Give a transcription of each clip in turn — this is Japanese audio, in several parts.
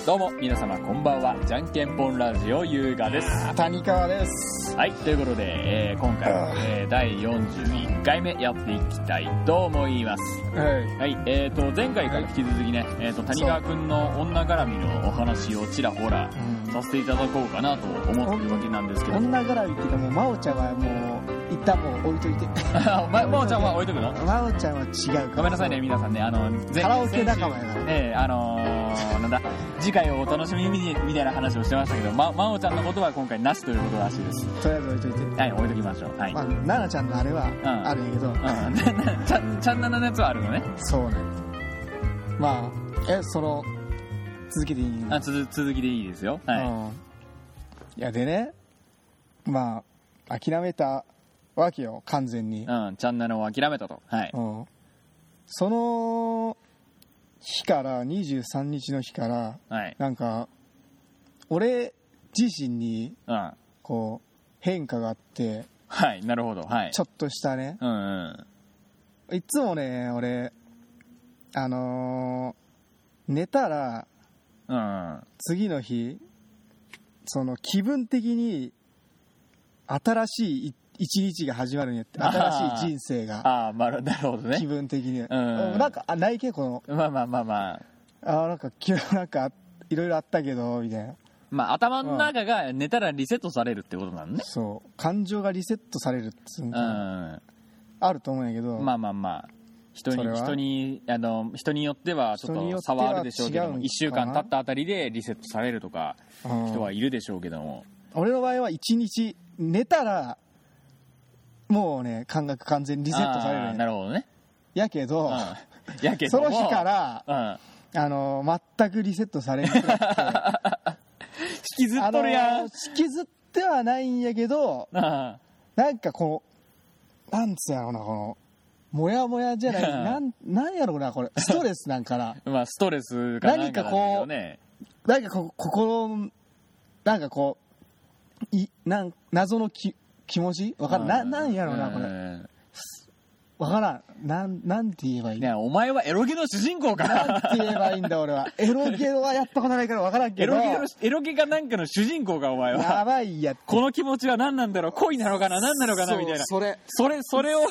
どうも皆様こんばんは。じゃんけんぽんラジオ優雅です。 谷川です。 はい、ということで、今回は、第41回目やっていきたいと思います。はい、前回から引き続きね、谷川くんの女絡みのお話をちらほらさせていただこうかなと思ってるわけなんですけど、 女絡みっていうかもう真央ちゃんはもう一旦もう置いといて真央ちゃんは置いとくの？ 真央ちゃんは違うから。 ごめんなさいね皆さんね、 カラオケ仲間やから。 なんだ次回をお楽しみにみたいな話をしてましたけど、真央ちゃんのことは今回なしということらしいです。 とりあえず置いといて。 はい、置いときましょう。はい。 奈々ちゃんのあれはあるんやけど、 ちゃんななのやつはあるのね。 そうね。まあその続きでいい？ 続きでいいですよ。はい。 いやでね、まあ諦めたわけよ完全に。 ちゃんなのを諦めたと。はい。 その日から23日の日から、はい、なんか俺自身にこう変化があって、 はい、なるほど、はい、 ちょっとしたね、いつもね俺寝たら、次の日その気分的に新しい一日が始まるんやって。新しい人生が。 なるほどね。 気分的に。なんかないけこの。なんかいろいろあったけどみたいな。 まあ頭の中が寝たらリセットされるってことなのね。 そう。感情がリセットされるってあると思うんやけど。 人によってはちょっと差はあるでしょうけども、1週間経ったあたりでリセットされるとか人はいるでしょうけども。 俺の場合は1日寝たら。もうね感覚完全にリセットされるね。 なるほどね。 やけどその日から全くリセットされなくなって引きずっとるやん。 引きずってはないんやけどなんかこうなんつうやろうな、このモヤモヤじゃないなんやろうな、これストレスなんかなストレスかなんかなんでしょうね。 何かこう心なんかこう謎の気持ちわからん。なんやろうなこれ。わからん。なんて言えばいい？ ね、お前はエロゲの主人公か。 なんて言えばいいんだ俺は。エロゲはやったことないからわからんけど。 エロゲかなんかの主人公かお前は。 やばいや。 この気持ちは何なんだろう。恋なのかな、何なのかなみたいな。それを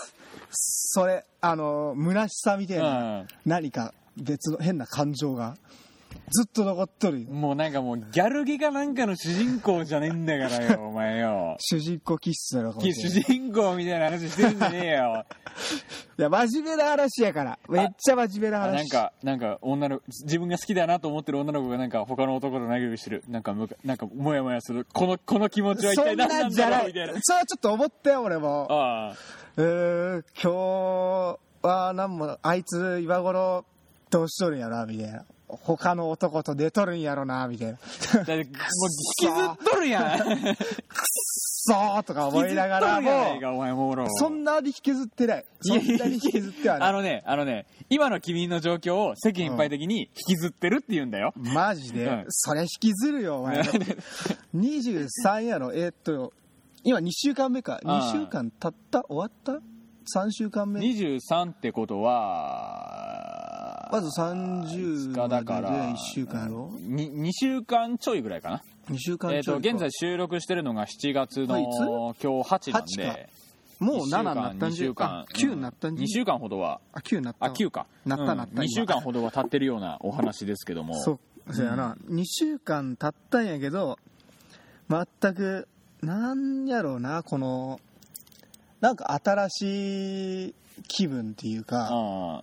虚しさみたいな何か別の変な感情が。ずっと残っとるよ。 もうなんかもうギャルゲかなんかの主人公じゃねえんだからよお前よ。 主人公気質だろ。 主人公みたいな話してるんじゃねえよ。 いや真面目な話やから。めっちゃ真面目な話。 なんか自分が好きだなと思ってる女の子がなんか他の男と仲良くしてる。なんかモヤモヤする。この気持ちは一体何なんだろうみたいな。 それはちょっと思ったよ俺も。今日はなんもあいつ今頃どうしとるんやなみたいな。他の男と寝とるんやろなみたいな。 もう引きずっとるやん。 くっそーとか思いながらもそんなに引きずってない。そんなに引きずってはない。 あのね今の君の状況を世間いっぱい的に引きずってるって言うんだよ。 マジで、そりゃ引きずるよお前。23やろ。今2週間目か。2週間経った終わった3週間目。 23ってことはまず30までで1週間やろ。 2週間ちょいぐらいかな。 2週間ちょい。 現在収録してるのが7月の今日8なんで、 もう7になったんじゃん。9になったんじゃん。 2週間ほどは 9になった。 9かなった 2週間ほどは経ってるようなお話ですけども。 そうやな。2週間経ったんやけど全くなんやろうな、このなんか新しい気分っていうか、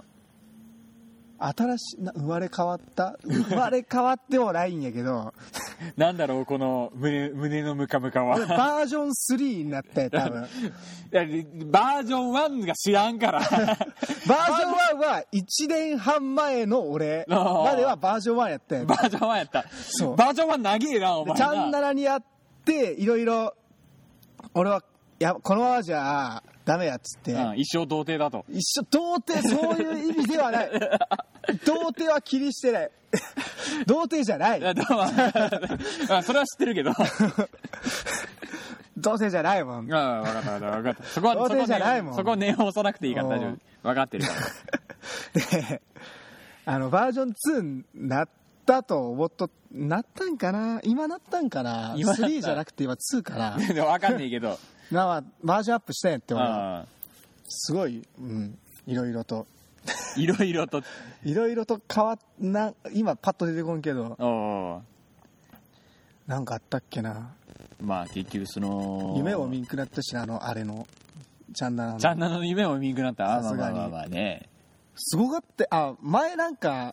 生まれ変わってもないんやけどなんだろうこの胸のムカムカは。 バージョン3になったよ多分。 バージョン1が知らんから。バージョン 1は1年半前の俺まではバージョン1やったよ。 バージョン1やった。そう。バージョン1長えなお前な。 チャンナラにやっていろいろ俺はいやこのままじゃダメやっつって、 一生童貞だと。 一生童貞、そういう意味ではない。童貞は気にしてない。童貞じゃない。 それは知ってるけど。 童貞じゃないもん。 分かった。そこは童貞じゃないもん。そこは念を押さなくていいから大丈夫。分かってるから。 でバージョン2になったと思っとなったんかな、今なったんかな、3じゃなくて今2かなでも分かんないけどバージョンアップしたんやって俺は。すごい、いろいろといろいろと変わっな、今パッと出てこんけど、なんかあったっけな。 まあ結局その夢を見んくなったしな、あれのチャンナナの夢を見んくなった。 さすがにまあね、 すごかった。前なんか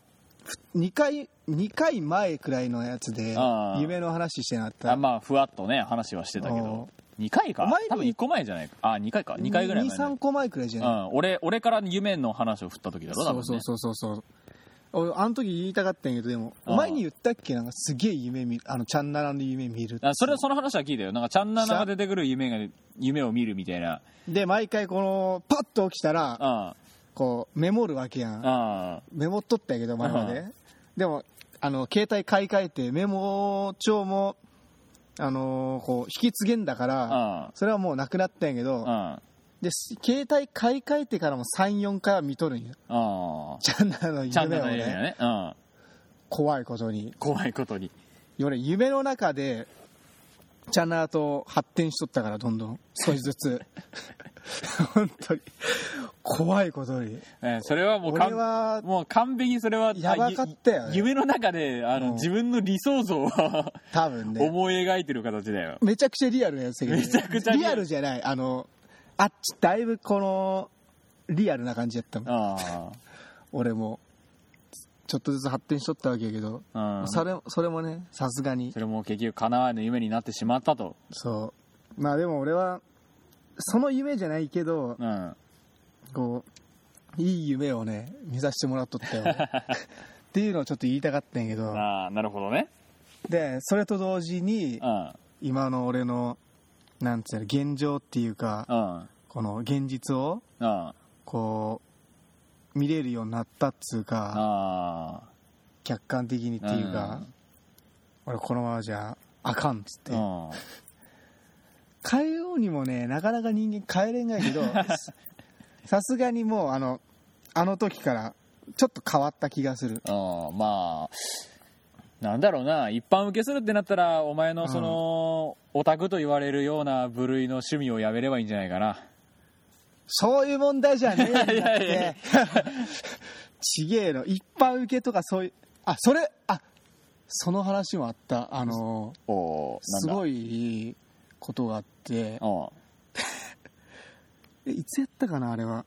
2回前くらいのやつで夢の話してなかった。 まあふわっとね話はしてたけど、2回か多分1個前じゃないか。2回か、2回ぐらい前、 2,3個前くらいじゃない。 俺から夢の話を振った時だろ、多分ね。 そう俺あの時言いたかったんやけど、でも前に言ったっけ、なんかすげえ夢見る、チャンナナの夢見るって。 その話は聞いたよ。なんかチャンナナが出てくる夢を見るみたいな。で毎回このパッと起きたらこうメモるわけやん。メモっとったんやけど前まで。でも携帯買い替えてメモ帳もこう引き継げんだからそれはもうなくなったんやけど、で携帯買い替えてからも 3,4 回は見とるんや。チャンナナの夢をね。怖いことに俺夢の中でチャンナナと発展しとったから、どんどん少しずつ本当に怖いことに、 それはもうもう完璧にそれはやばかったよね。 夢の中で自分の理想像を多分ね思い描いてる形だよ。 めちゃくちゃリアルなやつだけど、めちゃくちゃリアルじゃない、あっちだいぶこのリアルな感じやったもん。俺もちょっとずつ発展しとったわけやけど、それもね、さすがにそれも結局叶わぬ夢になってしまったと。 そうまあでも俺はその夢じゃないけど、こういい夢をね見させてもらっとったよっていうのをちょっと言いたかったんやけど。 なるほどね。でそれと同時に、今の俺のなんつうの現状っていうか、この現実をこう見れるようになったっつうか、客観的にっていうか、俺このままじゃあかんっつって、変えようにもねなかなか人間変えれんがいけどさすがにもうあの時からちょっと変わった気がする。 まあなんだろうな、一般受けするってなったらお前のその、オタクと言われるような部類の趣味をやめればいいんじゃないかな。 そういう問題じゃねえんだってちげえの、一般受けとかそういう、その話もあった。すごいことがあっていつやったかな、あれは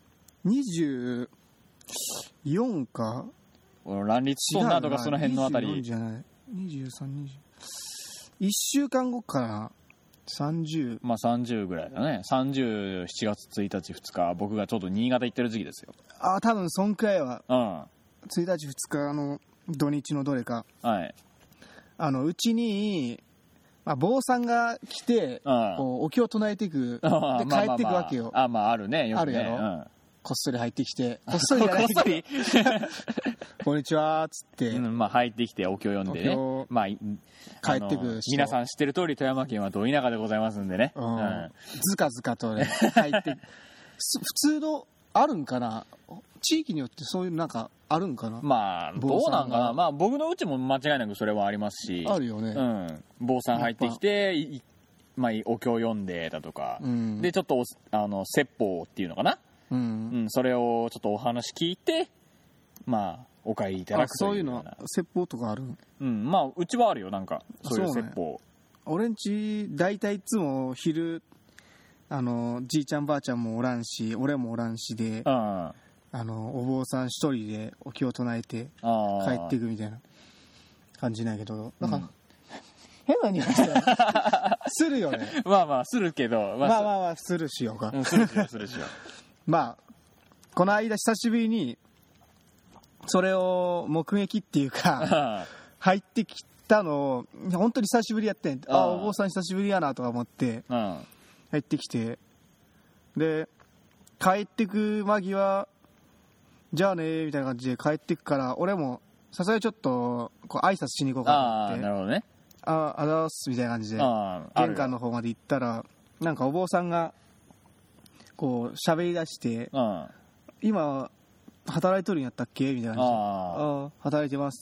24か乱立そうなとかその辺のあたり。 24じゃない、23、1週間後かな、30、 まあ30ぐらいだね。37月1日2日僕がちょうど新潟行ってる時期ですよ。 多分そんくらいは、1日2日の土日のどれか、うちに、坊さんが来て、こうお経を唱えていくで帰っていくわけよ。 あるね、よくね。 あるやろ、こっそり入ってきて、こっそりじゃないけどこんにちはっつって、 入ってきてお経読んでね、 帰ってくる。 皆さん知ってる通り富山県はど田舎でございますんでね、 ずかずかとね入って普通のあるんかな、地域によってそういうなんかあるんかな。 どうなんかな。僕のうちも間違いなくそれはありますし、 あるよね。 坊さん入ってきてお経読んでだとか、でちょっと説法っていうのかな、それをちょっとお話聞いてお帰りいただくという。 そういうの説法とかある？ うちはあるよ、なんかそういう説法。 俺んち大体いつも昼じいちゃんばあちゃんもおらんし俺もおらんしで、お坊さん一人でお経を唱えて帰っていくみたいな感じなんやけど、なんか変な匂いするよね。 するけど、 するしようか。 するしよう。 この間久しぶりにそれを目撃っていうか入ってきたのを本当に久しぶりやってん。お坊さん久しぶりやなとか思って入ってきて、で帰ってく間際じゃあねみたいな感じで帰ってくから、俺もさすがにちょっとこう挨拶しに行こうかと思って、 なるほどね、 あざーすみたいな感じで玄関の方まで行ったら、なんかお坊さんがこう喋り出して、今働いとるんやったっけみたいな感じで、働いてますって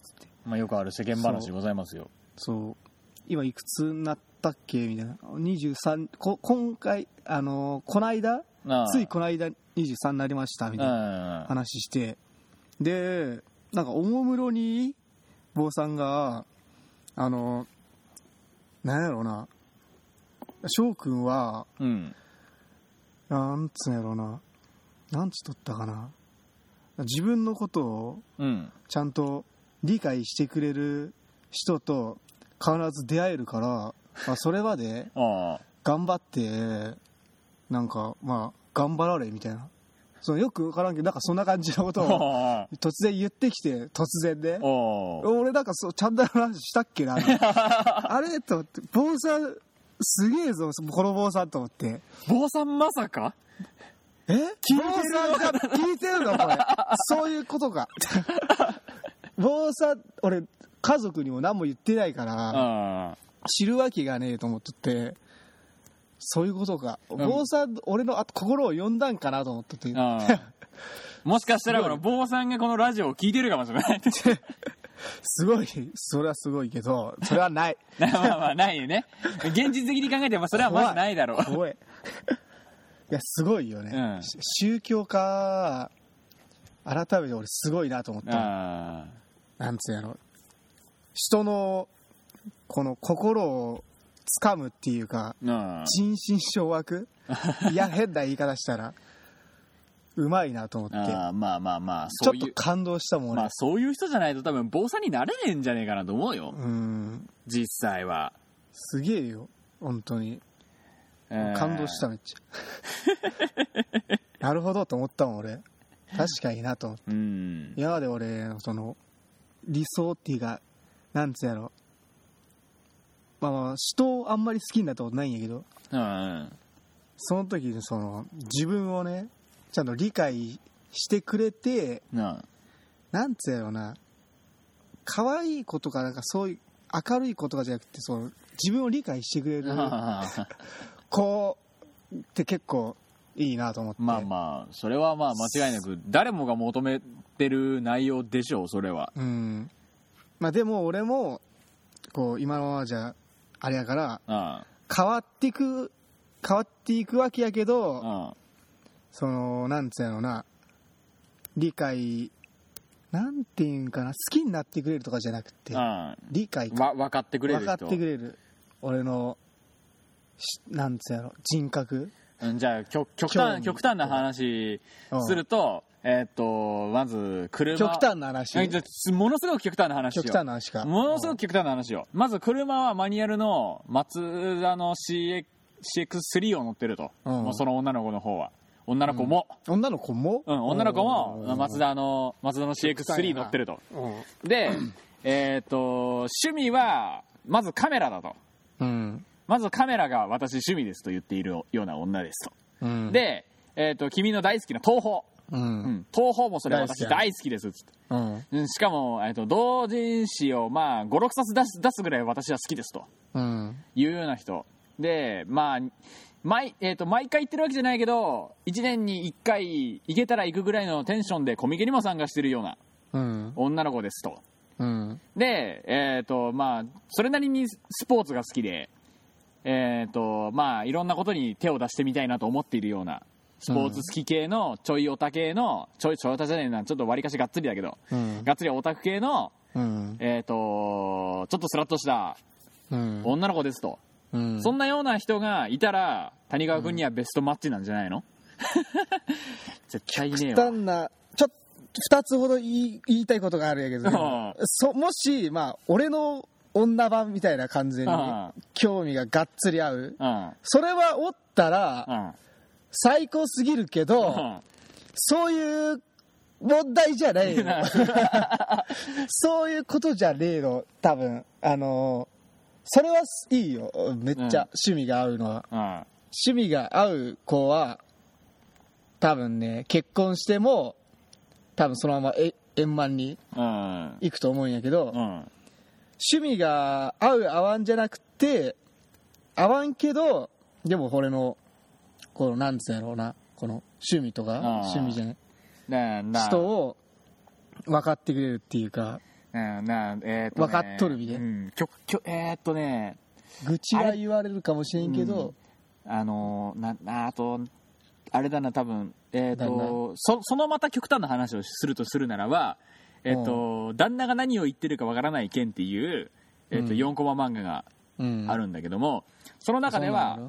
まあ、よくある世間話でございますよ。 そう今いくつになったっけみたいな23今回この間ついこの間23になりましたみたいな話して、でなんかおもむろに坊さんがなんやろうな、翔くんは、 うん、 なんつうんやろうな、なんつっとったかな、自分のことをちゃんと理解してくれる人と必ず出会えるから、まあ、それまで頑張ってなんかまあ頑張られみたいな、そのよく分からんけどなんかそんな感じのことを突然言ってきて、突然で、俺なんかちゃんと話したっけなあれと思って、坊さんすげえぞこの坊さんと思って。 坊さんまさか坊さんが聞いてるのこれそういうことか坊さん俺家族にも何も言ってないから知るわけがねえと思っとって、そういうことか、坊さん俺の心を読んだんかなと思っとってもしかしたらこの坊さんがこのラジオを聞いてるかもしれないすごい、それはすごいけどそれはないまあまあないよね、現実的に考えてもそれはまずないだろう。 怖いいやすごいよね、宗教家改めて俺すごいなと思った。なんつうやろ、人のこの心を掴むっていうか、心身掌握いや変な言い方したらうまいなと思って、 まあまあまあちょっと感動したもん俺。 まあそういう人じゃないと多分坊さんになれねえんじゃねえかなと思うよ。実際はすげえよ本当に、感動しためっちゃなるほどと思ったもん俺、確かになと思って、今まで俺のその理想っていうかなんつうやろ、まあ人をあんまり好きになったことないんやけど、その時にその自分をねちゃんと理解してくれて、なんつうやろな、可愛いことかなんかそういう明るいことかじゃなくて、その自分を理解してくれる子って結構いいなと思って。 まあまあそれはまあ間違いなく誰もが求めてる内容でしょうそれは。 まあでも俺もこう今のままじゃあれやから変わっていくわけやけど、そのなんつうのな、理解なんていうんかな、好きになってくれるとかじゃなくて、理解分かってくれる人、 分かってくれる俺のなんつうやろ人格。 じゃあ極端な話すると、まず車、 極端な話、 ものすごく極端な話よ。 極端な話か。 ものすごく極端な話よ。まず車はマニュアルのマツダの CX3 を乗ってると、もうその女の子の方は、女の子も女の子もマツダの CX3 乗ってると。で趣味はまずカメラだと。まずカメラが私趣味ですと言っているような女ですと。で、君の大好きな東宝、東宝もそれ私大好きですっつって、しかも同人誌をまあ 5,6 冊出すぐらい私は好きですというような人で、まあ毎回言ってるわけじゃないけど1年に1回行けたら行くぐらいのテンションでコミケにも参加してるような女の子ですと。でまあそれなりにスポーツが好きでまあいろんなことに手を出してみたいなと思っているようなスポーツ好き系のちょいオタ系のちょいオタじゃねえな、ちょっとわりかしがっつりだけど、がっつりオタク系のちょっとスラッとした女の子ですと、そんなような人がいたら谷川君にはベストマッチなんじゃないの？絶対ねえわ。 極端なちょっと2つほど言いたいことがあるやけど、もしまあ俺の女版みたいな感じに興味ががっつり合う、それはおったら最高すぎるけど、そういう問題じゃないよそういうことじゃねえの多分。それはいいよ、めっちゃ趣味が合うのは、趣味が合う子は多分ね結婚しても多分そのまま円満にいくと思うんやけど、趣味が合う合わんじゃなくて、合わんけどでも俺のこのなんつうんやろうな、この趣味とか趣味じゃない人を分かってくれるっていうか、 分かっとるみで、愚痴は言われるかもしれんけど、 あとあれだな、多分そのまた極端な話をするとするならば、旦那が何を言ってるかわからない件っていう、4コマ漫画があるんだけども、その中では、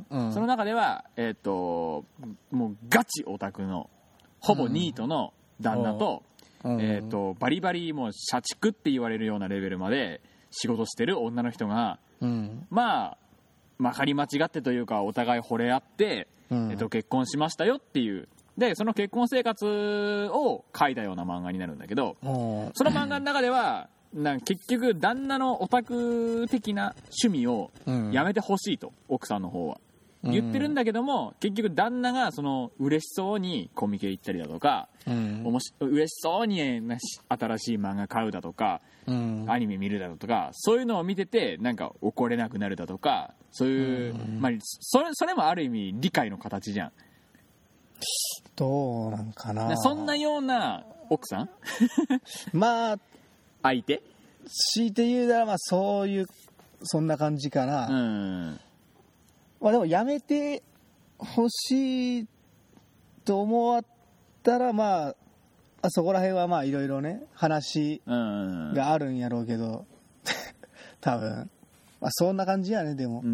もうガチオタクのほぼニートの旦那と、バリバリもう社畜って言われるようなレベルまで仕事してる女の人が、まかり間違ってというかお互い惚れ合って、結婚しましたよっていう。でその結婚生活を書いたような漫画になるんだけど、その漫画の中では結局旦那のオタク的な趣味をやめてほしいと、奥さんの方は言ってるんだけども、結局旦那がその嬉しそうにコミケ行ったりだとか、嬉しそうに新しい漫画買うだとか、アニメ見るだとか、そういうのを見ててなんか怒れなくなるだとか、そういう、それもある意味理解の形じゃん。 どうなんかな。 そんなような奥さんまあ相手強いて言うならそんな感じかな。でもやめてほしいと思ったらそこら辺はいろいろね話があるんやろうけど多分そんな感じやね。でも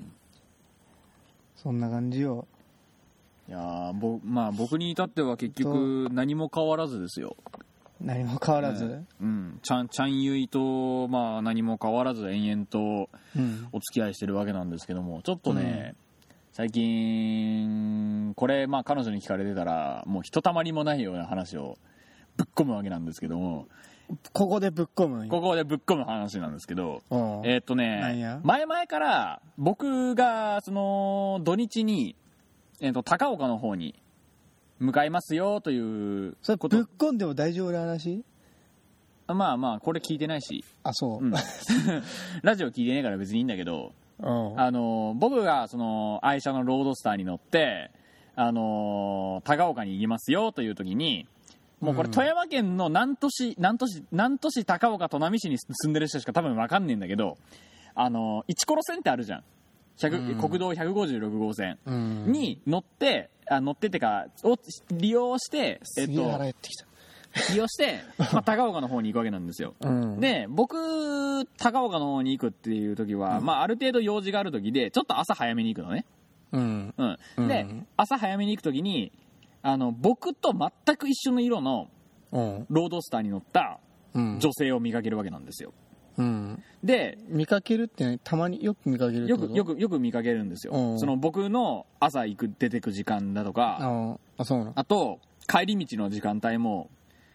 そんな感じよ。 いや僕に至っては結局何も変わらずですよ。 何も変わらず、 ちゃんゆいと何も変わらず延々とお付き合いしてるわけなんですけども、ちょっとね、最近これ彼女に聞かれてたらもうひとたまりもないような話をぶっ込むわけなんですけども、 ここでぶっ込む話なんですけど、前々から僕がその土日に高岡の方に向かいますよというそれぶっ込んでも大丈夫な話？ これ聞いてないし。 そう、 ラジオ聞いてねえから別にいいんだけど、僕がその愛車のロードスターに乗って高岡に行きますよという時に、もうこれ富山県の南砺市高岡砺波市に住んでる人しか多分分かんねえんだけど、一コロ線ってあるじゃん。国道156号線に乗ってってかを利用して利用して高岡の方に行くわけなんですよ。で僕高岡の方に行くっていう時は、ある程度用事がある時でちょっと朝早めに行くのね。で朝早めに行く時に僕と全く一緒の色のロードスターに乗った女性を見かけるわけなんですよ。で見かけるって、ね、たまによく見かけるってこと？ よく見かけるんですよ。その僕の朝出てく時間だとか、あと帰り道の時間帯も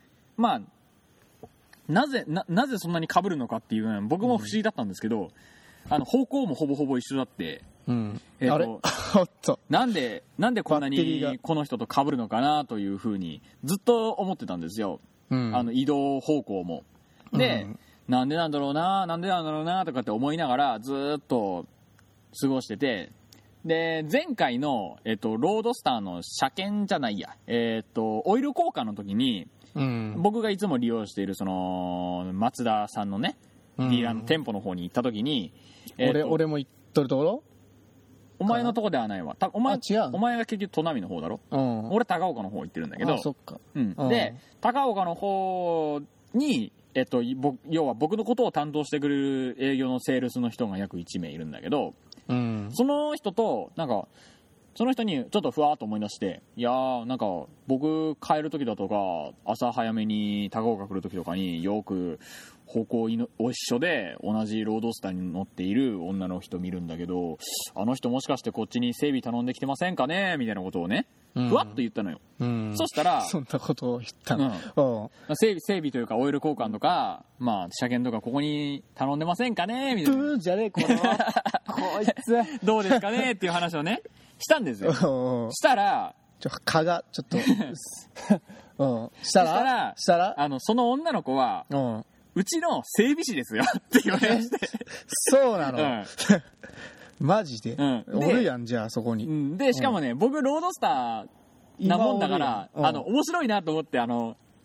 なぜそんなに被るのかっていうのは僕も不思議だったんですけど、方向もほぼほぼ一緒だって、 あれなんでこんなにこの人と被るのかなというふうにずっと思ってたんですよ。移動方向も。で、なんでなんだろうなとかって思いながらずっと過ごしてて、で前回の、ロードスターの車検じゃないや、オイル交換の時に、僕がいつも利用しているそのマツダさんのねディーラーの店舗の方に行った時に、 俺も行っとるところ？ お前のとこではないわ。お前は結局砺波の方だろ。俺高岡の方行ってるんだけど。 そっか。 で高岡の方に要は僕のことを担当してくれる営業のセールスの人が約1名いるんだけど、その人とその人にちょっとふわーっと思い出して、いやー僕帰る時だとか朝早めに高岡来る時とかによく方向一緒で同じロードスターに乗っている女の人見るんだけど、あの人もしかしてこっちに整備頼んできてませんかねみたいなことをねふわっと言ったのよ。そしたらそんなことを言ったの、 整備というかオイル交換とか車検とかここに頼んでませんかねみたいな。 じゃねえこいつどうですかねっていう話をねしたんですよ。したら蚊がちょっとしたらその女の子はうちの整備士ですよって言われましてそうなの、マジで、おるやんじゃあそこに、 でしかもね、僕ロードスターなもんだから面白いなと思って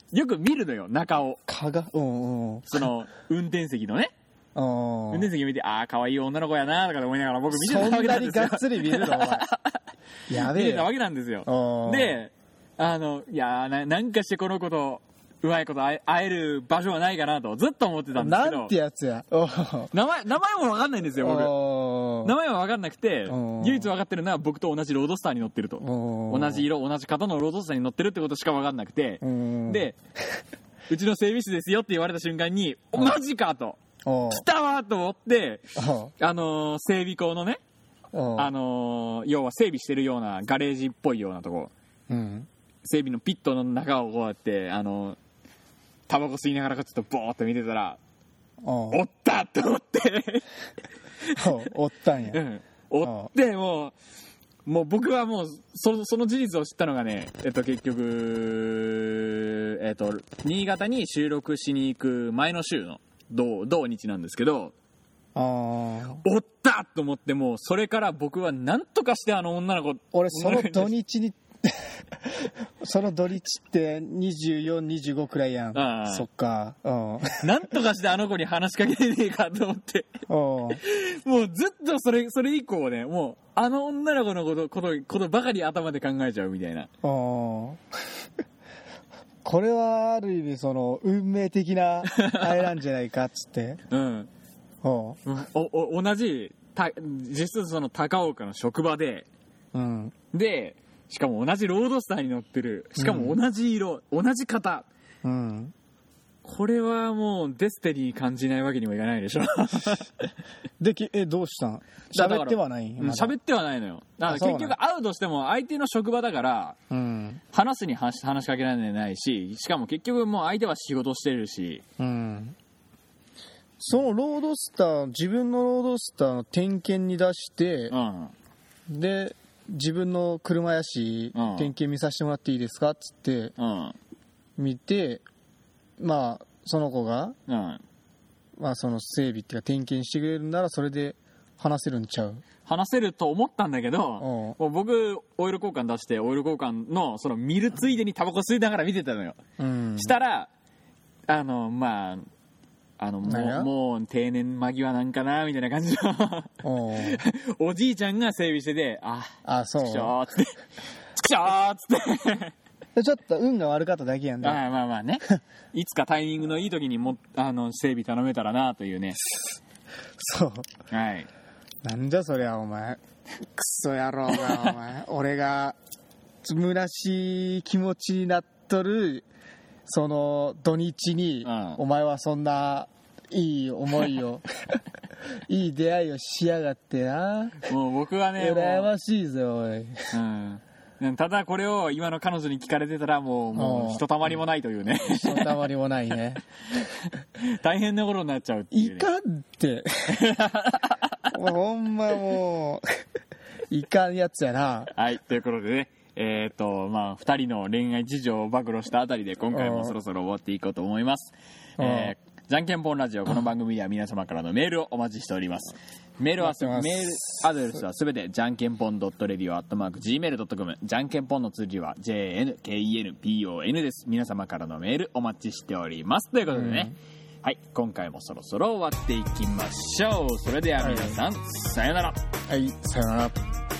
よく見るのよ、中を。 うんうん。 その、運転席のね。運転席見て、ああ、可愛い女の子やな、とか思いながら僕見てたわけなんですよ。 そんなにがっつり見るのお前。やべえ。 見てたわけなんですよ。で、いやーなんかしてこの子と、うまいこと会える場所はないかなとずっと思ってたんですけど。 なんてやつや。 名前もわかんないんですよ、僕。名前はわかんなくて、唯一わかってるのは僕と同じロードスターに乗ってると。同じ色、同じ型のロードスターに乗ってるってことしかわかんなくて。で、うちの整備士ですよって言われた瞬間に、マジかと。来たわと思って、整備工のね、要は整備してるようなガレージっぽいようなとこ、整備のピットの中をこうやってタバコ吸いながらちょっとボーっと見てたら、おったと思っておったんや、 おってもう僕はもうその事実を知ったのがね、結局新潟に収録しに行く前の週の同日なんですけど、おったと思って、もうそれから僕は何とかして女の子、 俺その土日にその土日って24、25くらいやん。そっか。 なんとかしてあの子に話しかけれねえかと思って。もうずっとそれ以降ね、もう女の子のことばかり頭で考えちゃうみたいな。 これはある意味その運命的なあれなんじゃないかっつって。 同じ実質その高岡の職場で、でしかも同じロードスターに乗ってる、しかも同じ色、同じ型、これはもうデスティニー感じないわけにもいかないでしょ。 でどうしたん？喋ってはない？ 喋ってはないのよ。だから結局会うとしても相手の職場だから、話しかけられないし、しかも結局もう相手は仕事してるし、 そのロードスター、自分のロードスターの点検に出して、で自分の車やし、点検見させてもらっていいですかっつって、見て、まあその子が、まあその整備っていうか点検してくれるならそれで話せるんちゃう？ 話せると思ったんだけど、もう僕オイル交換出してオイル交換のその見るついでにタバコ吸いながら見てたのよ。したらまあもう定年間際なんかなみたいな感じのおじいちゃんが整備してて、そうちくしょーっつってちくしょーっつってちょっと運が悪かっただけやんね。 まあねいつかタイミングのいい時に整備頼めたらなというね。 そう、 はい、 なんじゃそりゃお前、クソ野郎がお前俺が虚しい気持ちになっとるその土日に、お前はそんないい思いをいい出会いをしやがってな。 もう僕はね羨ましいぜおい。 ただこれを今の彼女に聞かれてたらもうひとたまりもないというね。 ひとたまりもないね。 大変なことになっちゃうっていう、ね、 いかんってほんまもういかんやつやな。 はい、ということでね、まあ2人の恋愛事情を暴露したあたりで今回もそろそろ終わっていこうと思います。じゃんけんぽんラジオ、この番組では皆様からのメールをお待ちしております。メールアドレスはすべてじゃんけんぽん.radio@gmail.com、 じゃんけんぽんの通じは JNKENPON です。皆様からのメールお待ちしております。ということでね、はい、今回もそろそろ終わっていきましょう。それでは皆さん、さよなら。 はい、さよなら。